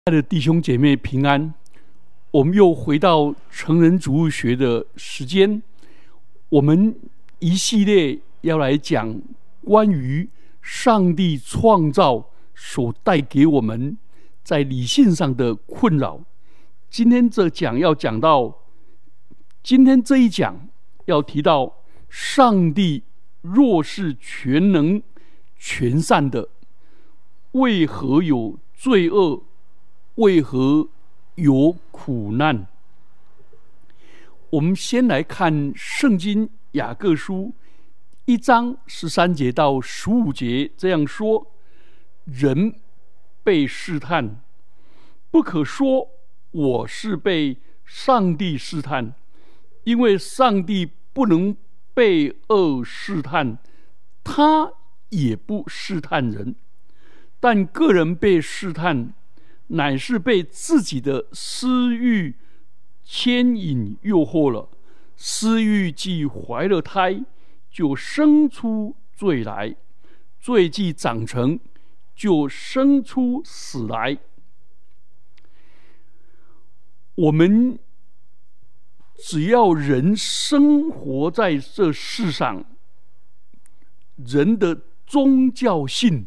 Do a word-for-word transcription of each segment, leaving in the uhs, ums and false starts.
爱的弟兄姐妹平安，我们又回到成人主日学的时间。我们一系列要来讲关于上帝创造所带给我们在理性上的困扰。今天这讲要讲到，今天这一讲要提到，上帝若是全能全善的，为何有罪恶？为何有苦难？我们先来看圣经雅各书一章十三节到十五节，这样说：人被试探，不可说我是被上帝试探，因为上帝不能被恶试探，他也不试探人。但个人被试探，乃是被自己的私欲牵引诱惑了。私欲既怀了胎，就生出罪来；罪既长成，就生出死来。我们只要人生活在这世上，人的宗教性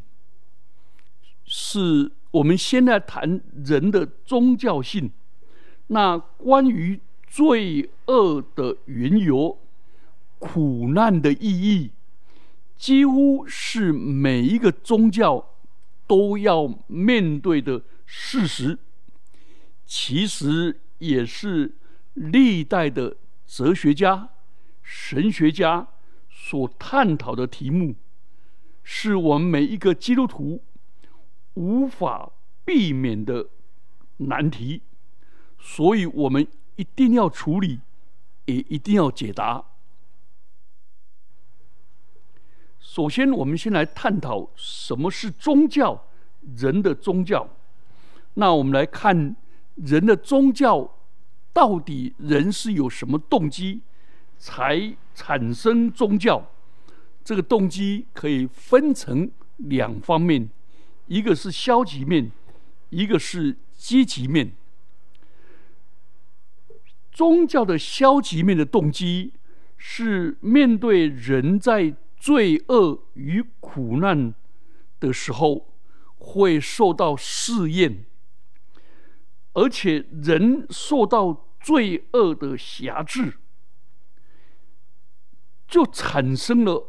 是我们先来谈人的宗教性。那关于罪恶的缘由、苦难的意义，几乎是每一个宗教都要面对的事实，其实也是历代的哲学家、神学家所探讨的题目，是我们每一个基督徒无法避免的难题，所以我们一定要处理，也一定要解答。首先，我们先来探讨什么是宗教，人的宗教。那我们来看人的宗教，到底人是有什么动机才产生宗教？这个动机可以分成两方面，一个是消极面，一个是积极面。宗教的消极面的动机是面对人在罪恶与苦难的时候会受到试验，而且人受到罪恶的辖制，就产生了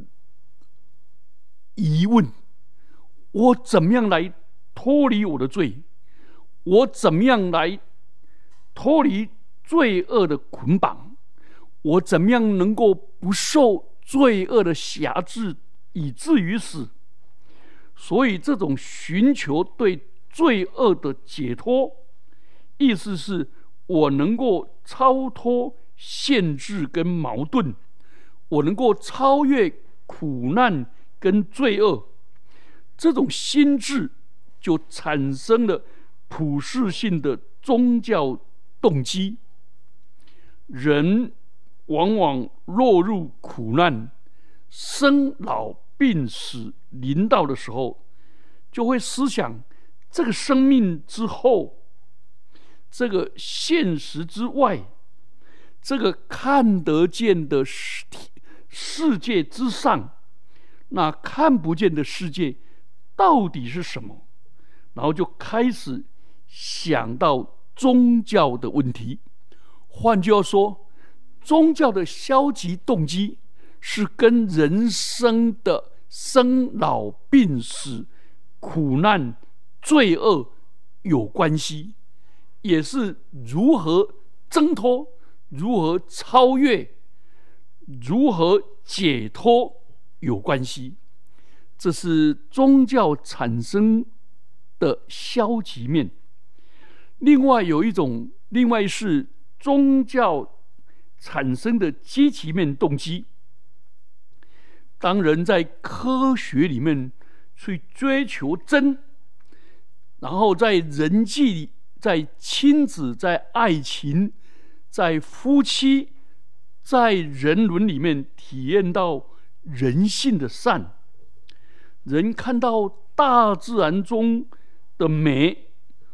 疑问：我怎么样来脱离我的罪？我怎么样来脱离罪恶的捆绑？我怎么样能够不受罪恶的辖制，以至于死？所以这种寻求对罪恶的解脱，意思是我能够超脱限制跟矛盾，我能够超越苦难跟罪恶。这种心智就产生了普世性的宗教动机。人往往落入苦难、生老病死临到的时候，就会思想这个生命之后，这个现实之外，这个看得见的世界之上，那看不见的世界到底是什么？然后就开始想到宗教的问题。换句话说，宗教的消极动机是跟人生的生老病死、苦难、罪恶有关系，也是如何挣脱、如何超越、如何解脱有关系。这是宗教产生的消极面。另外有一种，另外是宗教产生的积极面动机。当人在科学里面去追求真，然后在人际、在亲子、在爱情、在夫妻、在人伦里面体验到人性的善，人看到大自然中的美，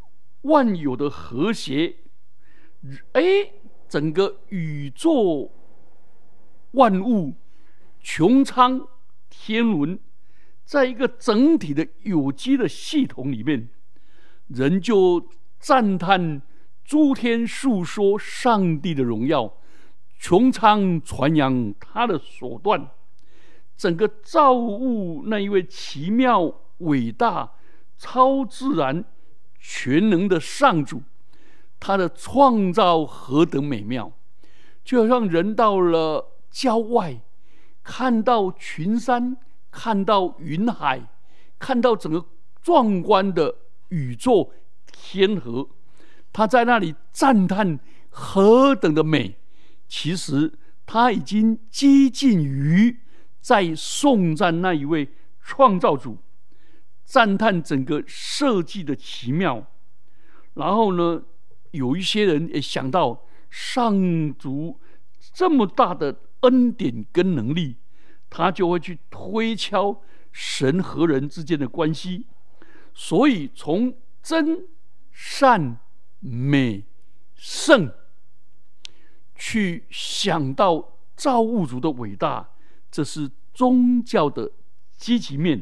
万有的和谐，哎，整个宇宙万物、穹苍、天文，在一个整体的有机的系统里面，人就赞叹诸天述说上帝的荣耀，穹苍传扬他的手段。整个造物那一位奇妙、伟大、超自然、全能的上主，他的创造何等美妙！就好像人到了郊外，看到群山，看到云海，看到整个壮观的宇宙天河，他在那里赞叹何等的美。其实他已经接近于在颂赞那一位创造主，赞叹整个设计的奇妙。然后呢，有一些人也想到上主这么大的恩典跟能力，他就会去推敲神和人之间的关系。所以从真、善、美、圣去想到造物主的伟大，这是宗教的积极面。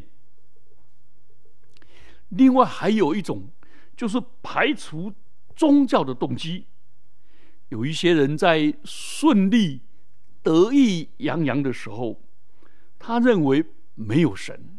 另外还有一种，就是排除宗教的动机。有一些人在顺利、得意洋洋的时候，他认为没有神，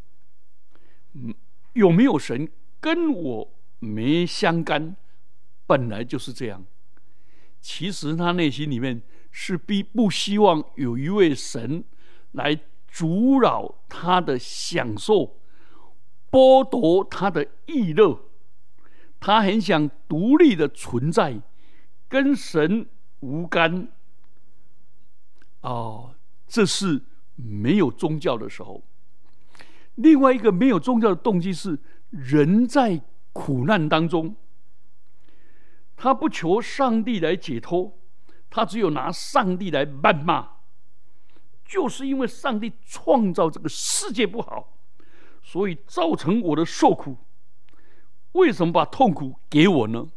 有没有神跟我没相干，本来就是这样。其实他内心里面是不希望有一位神来阻扰他的享受，剥夺他的意乐。他很想独立的存在，跟神无干。哦，这是没有宗教的时候。另外一个没有宗教的动机是，人在苦难当中，他不求上帝来解脱，他只有拿上帝来谩骂。就是因为上帝创造这个世界不好，所以造成我的受苦。为什么把痛苦给我呢？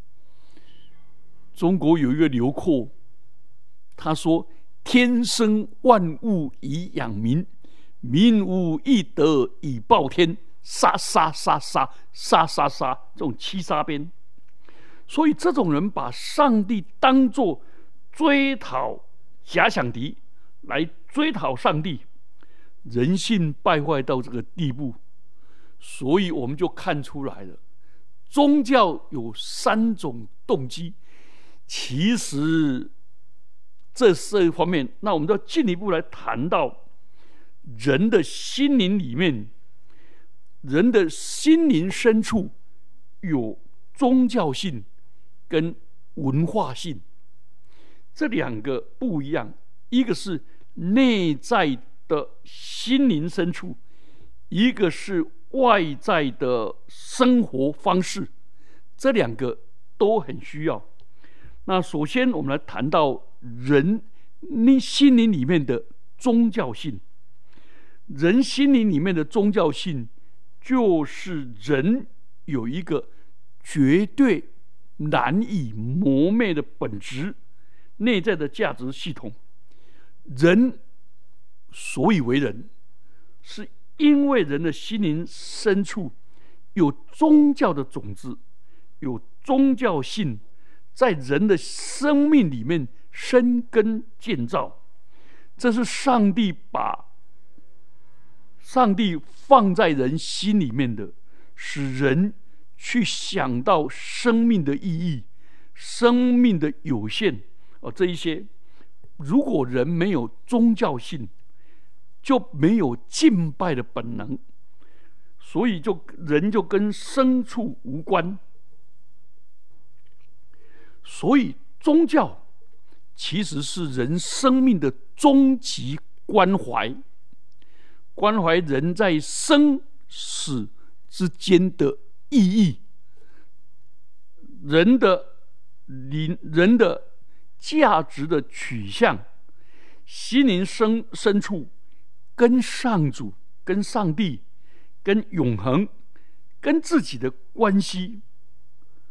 中国有一个流寇，他说：“天生万物以养民，民无一德以报天。”杀杀杀杀杀杀杀，这种七杀鞭。所以这种人把上帝当作追讨假想敌，来追讨上帝，人性败坏到这个地步。所以我们就看出来了，宗教有三种动机。其实这这方面，那我们就要进一步来谈到人的心灵里面，人的心灵深处有宗教性跟文化性，这两个不一样。一个是内在的心灵深处，一个是外在的生活方式，这两个都很需要。那首先我们来谈到人心灵里面的宗教性。人心灵里面的宗教性，就是人有一个绝对难以磨灭的本质，内在的价值系统。人所以为人，是因为人的心灵深处有宗教的种子，有宗教性在人的生命里面生根建造。这是上帝把上帝放在人心里面的，使人去想到生命的意义、生命的有限。哦，这一些，如果人没有宗教性，就没有敬拜的本能，所以就人就跟牲畜无关。所以宗教其实是人生命的终极关怀，关怀人在生死之间的意义，人的人的价值的取向，心灵深深处跟上主、跟上帝、跟永恒、跟自己的关系。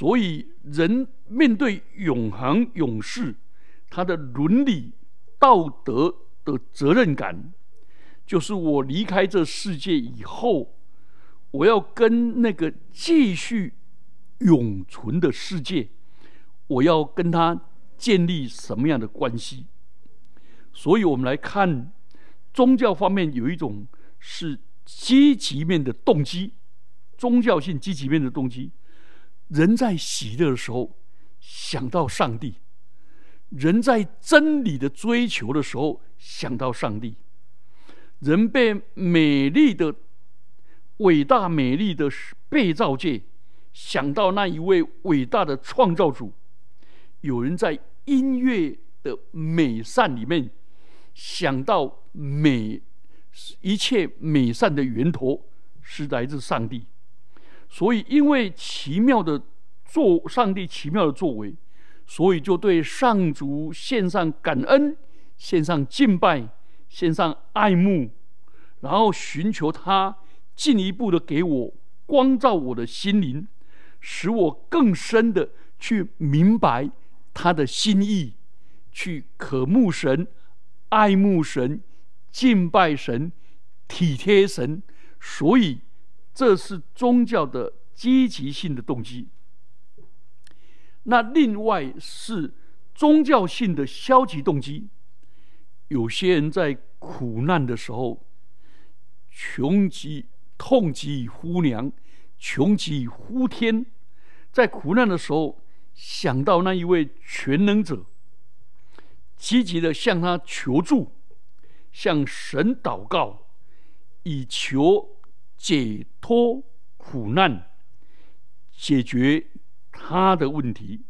所以人面对永恒永世，他的伦理道德的责任感，就是我离开这世界以后，我要跟那个继续永存的世界，我要跟他建立什么样的关系？所以我们来看宗教方面有一种是积极面的动机，宗教性积极面的动机。人在喜乐的时候想到上帝，人在真理的追求的时候想到上帝，人被美丽的伟大美丽的被造界想到那一位伟大的创造主。有人在音乐的美善里面想到美，一切美善的源头是来自上帝。所以因为奇妙的作上帝奇妙的作为，所以就对上主献上感恩，献上敬拜，献上爱慕，然后寻求他进一步的给我光照我的心灵，使我更深的去明白他的心意，去渴慕神，爱慕神，敬拜神，体贴神。所以这是宗教的积极性的动机。那另外是宗教性的消极动机。有些人在苦难的时候，穷极痛极呼娘，穷极呼天，在苦难的时候想到那一位全能者，积极的向他求助，向神祷告，以求解脱苦难，解决他的问题。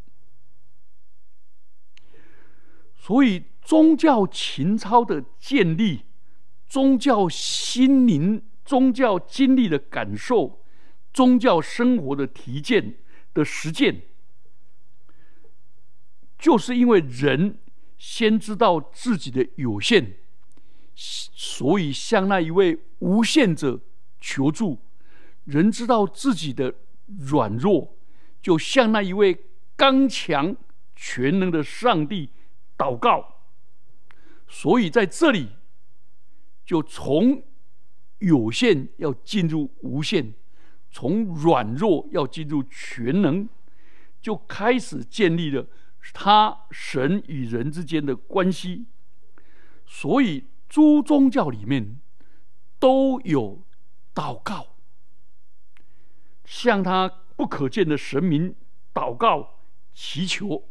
所以宗教情操的建立，宗教心灵、宗教经历的感受，宗教生活的体验的实践，就是因为人先知道自己的有限，所以向那一位无限者求助。人知道自己的软弱，就向那一位刚强全能的上帝祷告。所以在这里就从有限要进入无限，从软弱要进入全能，就开始建立了他神与人之间的关系。所以诸宗教里面都有祷告，向他不可见的神明祷告祈求，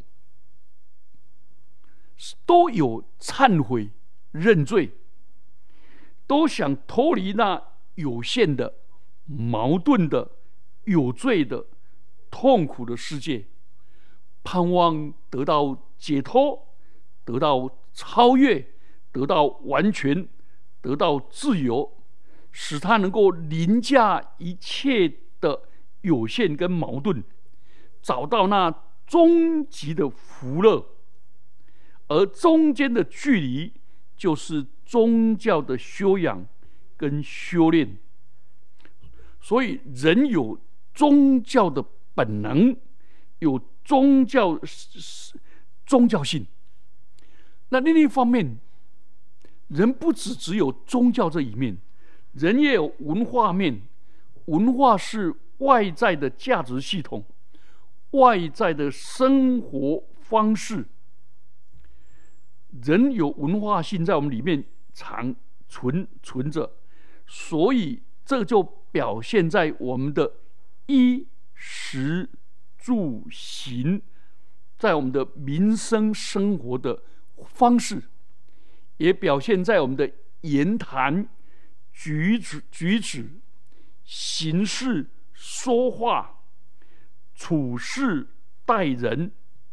都有忏悔认罪，都想脱离那有限的、矛盾的、有罪的、痛苦的世界，盼望得到解脱，得到超越，得到完全，得到自由，使他能够凌驾一切的有限跟矛盾，找到那终极的福乐。而中间的距离就是宗教的修养跟修炼。所以人有宗教的本能，有宗教宗教性。那另一方面，人不只只有宗教这一面，人也有文化面。文化是外在的价值系统，外在的生活方式。人有文化性在我们里面常存存着，所以这就表现在我们的衣食住行，在我们的民生生活的方式，也表现在我们的言谈举止、举止、行事、说话、处事、待人。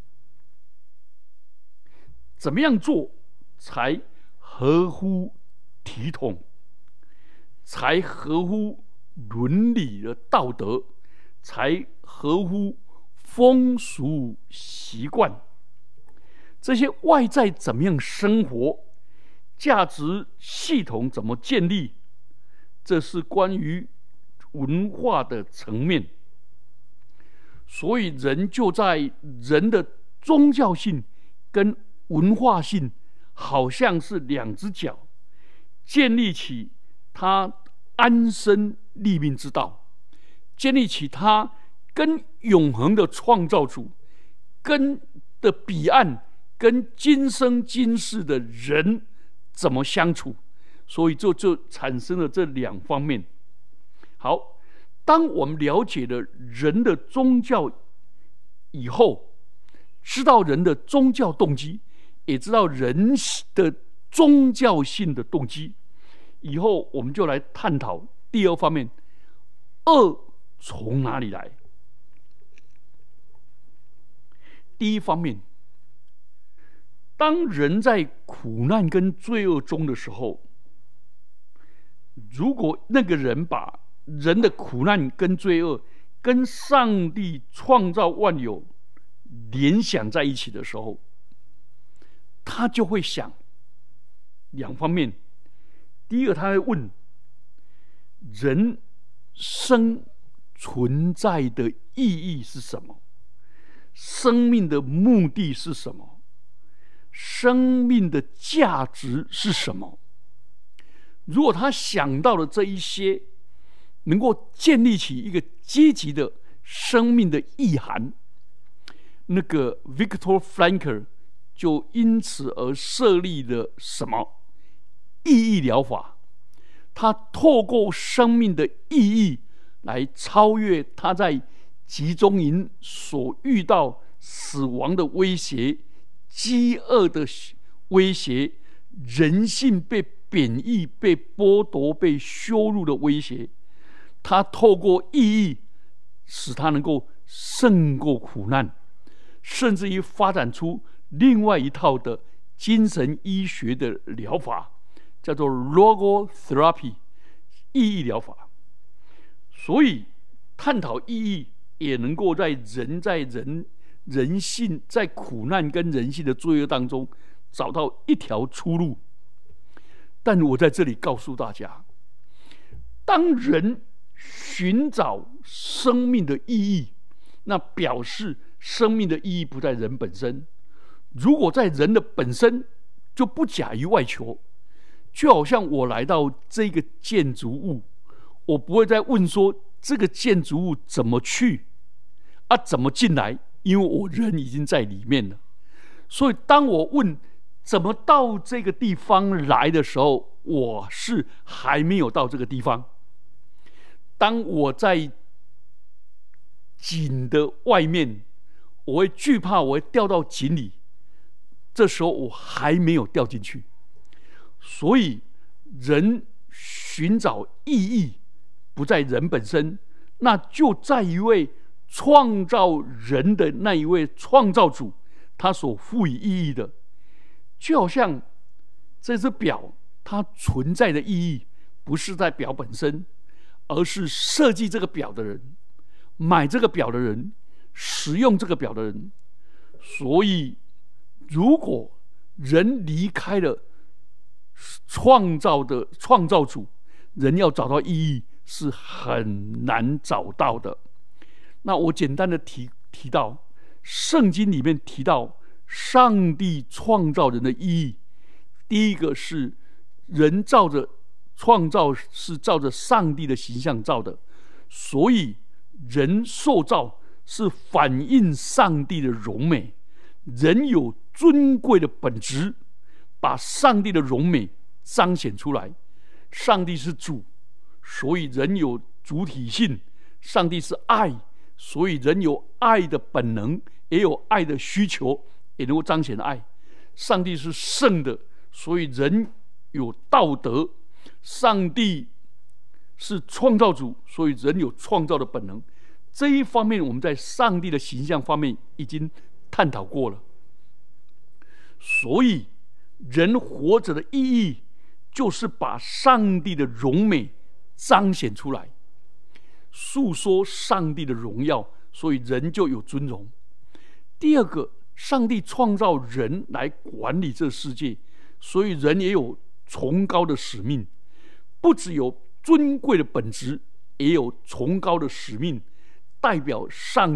怎么样做才合乎体统，才合乎伦理的道德，才合乎风俗习惯？这些外在怎么样生活，价值系统怎么建立，这是关于文化的层面。 所以人就在人的宗教性跟文化性好像是两只脚，建立起他安身立命之道，建立起他跟永恒的创造主跟的彼岸，跟今生今世的人怎么相处，所以就就产生了这两方面。好，当我们了解了人的宗教以后，知道人的宗教动机，也知道人的宗教性的动机以后，我们就来探讨第二方面，恶从哪里来。第一方面，当人在苦难跟罪恶中的时候，如果那个人把人的苦难跟罪恶跟上帝创造万有联想在一起的时候，他就会想两方面。第一个，他会问人生存在的意义是什么，生命的目的是什么，生命的价值是什么。如果他想到了这一些，能够建立起一个积极的生命的意涵，那个 Viktor Frankl 就因此而设立了什么意义疗法。他透过生命的意义来超越他在集中营所遇到死亡的威胁、饥饿的威胁、人性被贬义、被剥夺、被羞辱的威胁。他透过意义使他能够胜过苦难，甚至于发展出另外一套的精神医学的疗法，叫做 logotherapy 意义疗法。所以探讨意义也能够在人在人人性在苦难跟人性的罪恶当中找到一条出路。但我在这里告诉大家，当人寻找生命的意义，那表示生命的意义不在人本身。如果在人的本身，就不假于外求。就好像我来到这个建筑物，我不会再问说这个建筑物怎么去啊，怎么进来，因为我人已经在里面了。所以当我问怎么到这个地方来的时候，我是还没有到这个地方。当我在井的外面，我会惧怕我会掉到井里，这时候我还没有掉进去。所以人寻找意义不在人本身，那就在一位创造人的那一位创造主他所赋予意义的。就好像这只表，它存在的意义不是在表本身，而是设计这个表的人，买这个表的人，使用这个表的人。所以如果人离开了创造的创造主，人要找到意义是很难找到的。那我简单的 提, 提到圣经里面提到上帝创造人的意义，第一个是人照着创造是照着上帝的形象造的，所以人受造是反映上帝的荣美，人有尊贵的本质，把上帝的荣美彰显出来。上帝是主，所以人有主体性；上帝是爱，所以人有爱的本能，也有爱的需求，也能够彰显爱。上帝是圣的，所以人有道德。上帝是创造主，所以人有创造的本能。这一方面我们在上帝的形象方面已经探讨过了。所以人活着的意义就是把上帝的荣美彰显出来，诉说上帝的荣耀，所以人就有尊荣。第二个，上帝创造人来管理这世界，所以人也有崇高的使命，不只有尊贵的本质，也有崇高的使命，代表上帝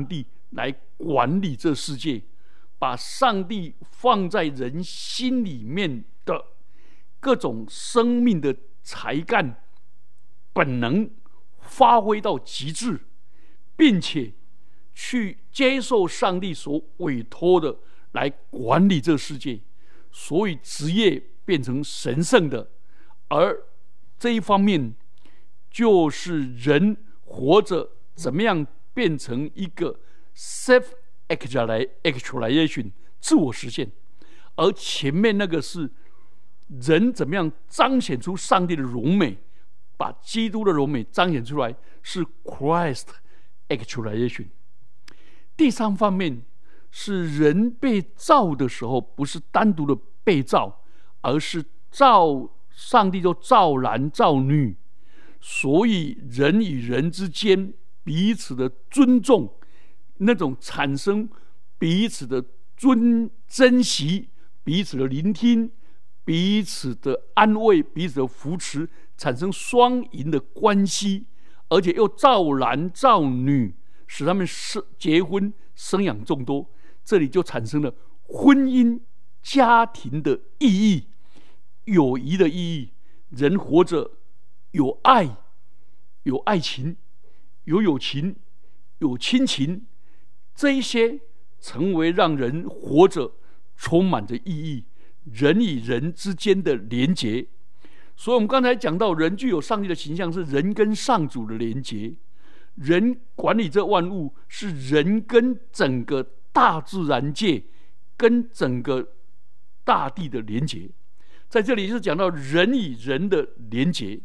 来管理这世界，把上帝放在人心里面的各种生命的才干、本能发挥到极致，并且去接受上帝所委托的来管理这世界。所以职业变成神圣的，而这一方面就是人活着怎么样变成一个 self actualization 自我实现，而前面那个是人怎么样彰显出上帝的荣美，把基督的荣美彰显出来，是 Christ actualization。 第三方面是人被造的时候，不是单独的被造，而是造上帝就造男造女，所以人与人之间彼此的尊重，那种产生彼此的尊珍惜，彼此的聆听，彼此的安慰，彼此的扶持，产生双赢的关系，而且又造男造女，使他们结婚生养众多。这里就产生了婚姻家庭的意义，友谊的意义。人活着有爱，有爱情，有友情，有亲情，这一些成为让人活着充满着意义，人与人之间的连结。所以我们刚才讲到，人具有上帝的形象，是人跟上主的连结。人管理这万物，是人跟整个大自然界跟整个大地的连结。在这里是讲到人与人的连结。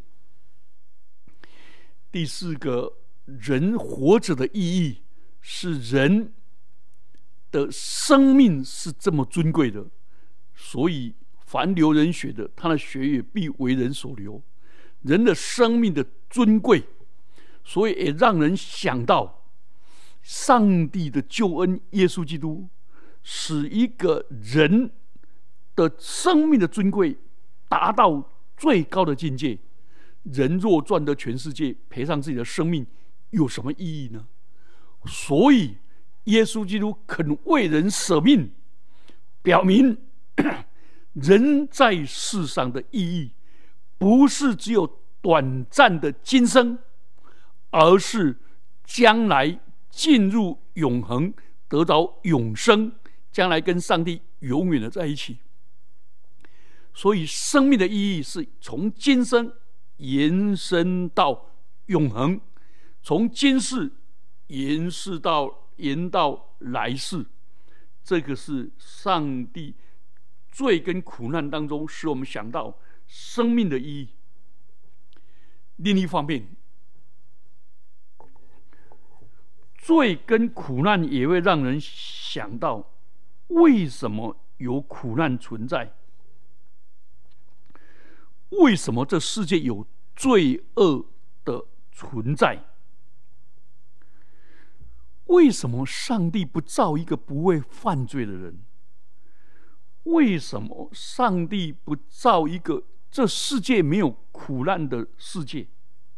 第四个，人活着的意义是人的生命是这么尊贵的，所以凡流人血的，他的血也必为人所流。人的生命的尊贵，所以也让人想到上帝的救恩，耶稣基督使一个人的生命的尊贵达到最高的境界。人若赚得全世界，赔上自己的生命，有什么意义呢？所以耶稣基督肯为人舍命，表明人在世上的意义不是只有短暂的今生，而是将来进入永恒，得到永生，将来跟上帝永远的在一起。所以生命的意义是从今生延伸到永恒，从今世延伸到延到来世。这个是上帝罪跟苦难当中使我们想到生命的意义。另一方面，罪跟苦难也会让人想到为什么有苦难存在，为什么这世界有罪恶的存在，为什么上帝不造一个不会犯罪的人，为什么上帝不造一个这世界没有苦难的世界？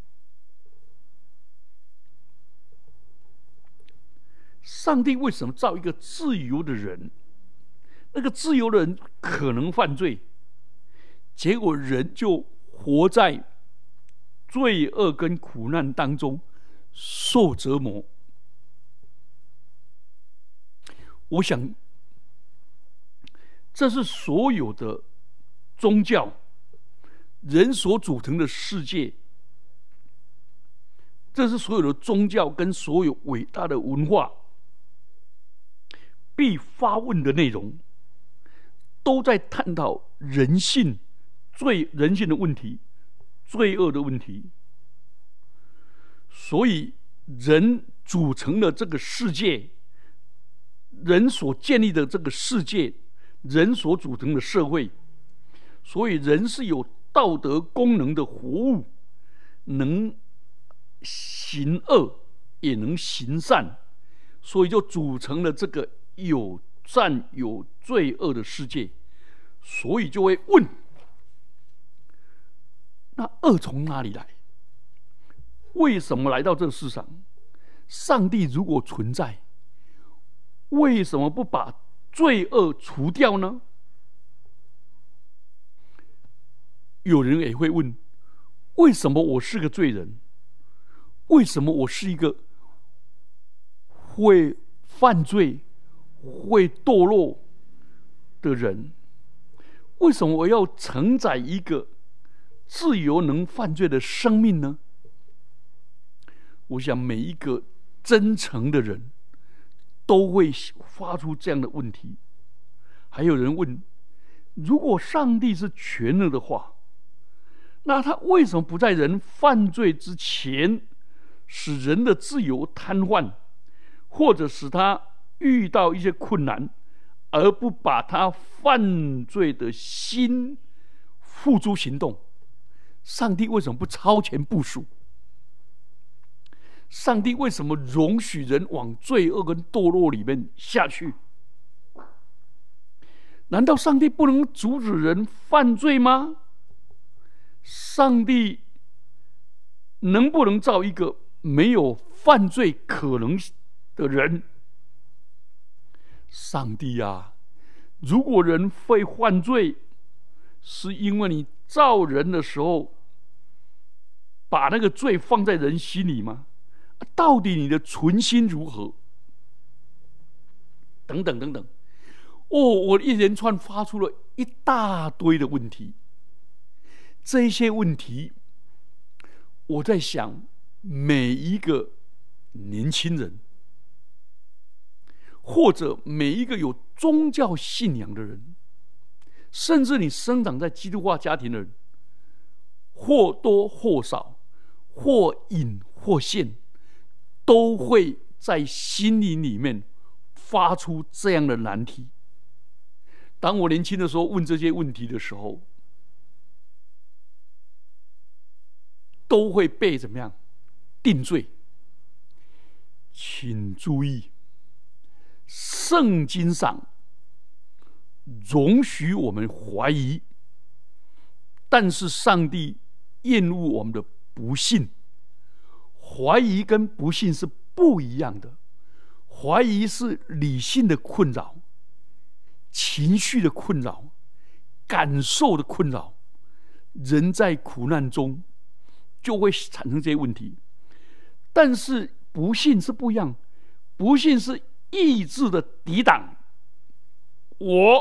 上帝为什么造一个自由的人？那个自由的人可能犯罪，结果人就活在罪恶跟苦难当中受折磨。我想这是所有的宗教人所组成的世界，这是所有的宗教跟所有伟大的文化必发问的内容，都在探讨人性罪人性的问题，罪恶的问题。所以人组成了这个世界，人所建立的这个世界，人所组成的社会，所以人是有道德功能的活物，能行恶也能行善，所以就组成了这个有善有罪恶的世界。所以就会问，那恶从哪里来？为什么来到这个世上？上帝如果存在， 为什么不把罪恶除掉呢？有人也会问：为什么我是个罪人？为什么我是一个会犯罪、会堕落的人？为什么我要承载一个自由能犯罪的生命呢？我想每一个真诚的人都会发出这样的问题。还有人问：如果上帝是全能的话，那他为什么不在人犯罪之前使人的自由瘫痪，或者使他遇到一些困难，而不把他犯罪的心付诸行动？上帝为什么不超前部署？上帝为什么容许人往罪恶跟堕落里面下去？难道上帝不能阻止人犯罪吗？上帝能不能造一个没有犯罪可能的人？上帝啊，如果人会犯罪，是因为你造人的时候把那个罪放在人心里吗？到底你的存心如何？等等等等。哦，我一连串发出了一大堆的问题。这些问题，我在想，每一个年轻人，或者每一个有宗教信仰的人，甚至你生长在基督化家庭的人，或多或少，或隐或现，都会在心灵里面发出这样的难题。当我年轻的时候问这些问题的时候，都会被怎么样定罪。请注意，圣经上容许我们怀疑，但是上帝厌恶我们的不信。怀疑跟不信是不一样的。怀疑是理性的困扰，情绪的困扰，感受的困扰。人在苦难中就会产生这些问题。但是不信是不一样，不信是意志的抵挡。我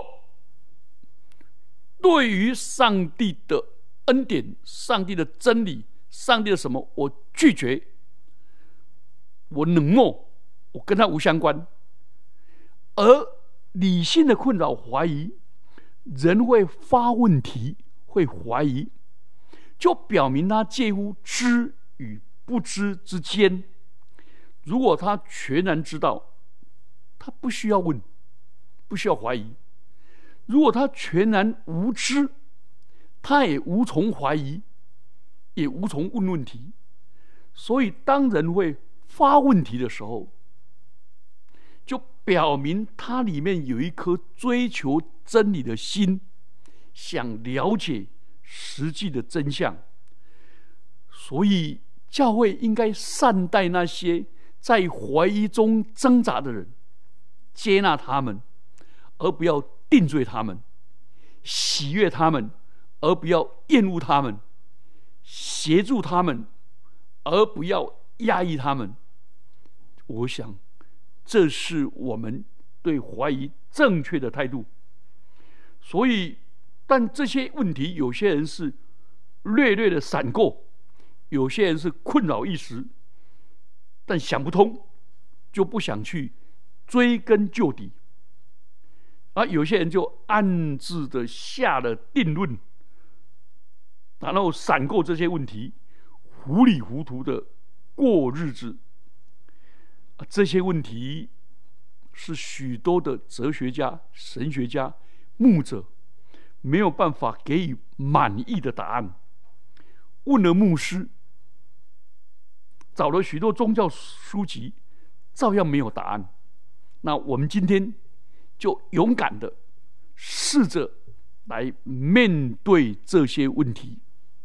对于上帝的恩典、上帝的真理、上帝的什么，我拒绝，我冷漠，我跟他无相关。而理性的困扰、怀疑，人会发问题，会怀疑，就表明他介乎知与不知之间。如果他全然知道，他不需要问，不需要怀疑；如果他全然无知，他也无从怀疑，也无从问问题。所以当人会发问题的时候，就表明他里面有一颗追求真理的心，想了解实际的真相。所以教会应该善待那些在怀疑中挣扎的人，接纳他们，而不要定罪他们；喜悦他们，而不要厌恶他们；协助他们，而不要压抑他们。我想这是我们对怀疑正确的态度。所以但这些问题，有些人是略略的闪过，有些人是困扰一时，但想不通，就不想去追根究底。而有些人就暗自的下了定论，然后闪过这些问题，糊里糊涂的过日子。这些问题是许多的哲学家、神学家、牧者没有办法给予满意的答案。问了牧师，找了许多宗教书籍，照样没有答案。那我们今天就勇敢的试着来面对这些问题。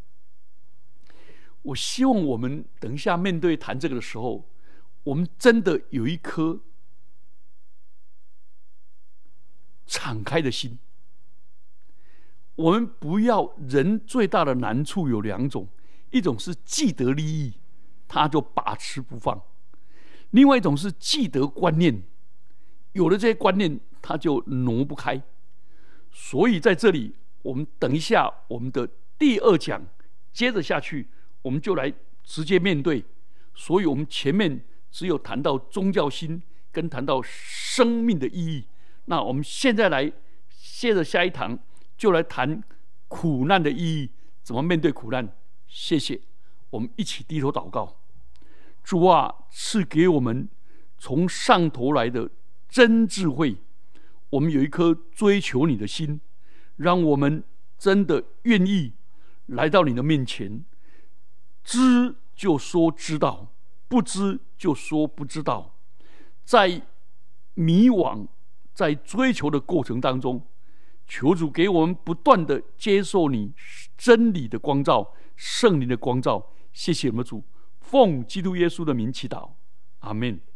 我希望我们等一下面对谈这个的时候，我们真的有一颗敞开的心。我们不要，人最大的难处有两种，一种是既得利益，他就把持不放；另外一种是既得观念，有了这些观念，他就挪不开。所以在这里，我们等一下我们的第二讲接着下去，我们就来直接面对。所以我们前面只有谈到宗教心跟谈到生命的意义，那我们现在来接着下一堂就来谈苦难的意义，怎么面对苦难。谢谢，我们一起低头祷告。主啊，赐给我们从上头来的真智慧，我们有一颗追求你的心，让我们真的愿意来到你的面前，知就说知道，不知就说不知道。在迷惘在追求的过程当中，求主给我们不断的接受你真理的光照，圣灵的光照。谢谢我们主，奉基督耶稣的名祈祷，阿们。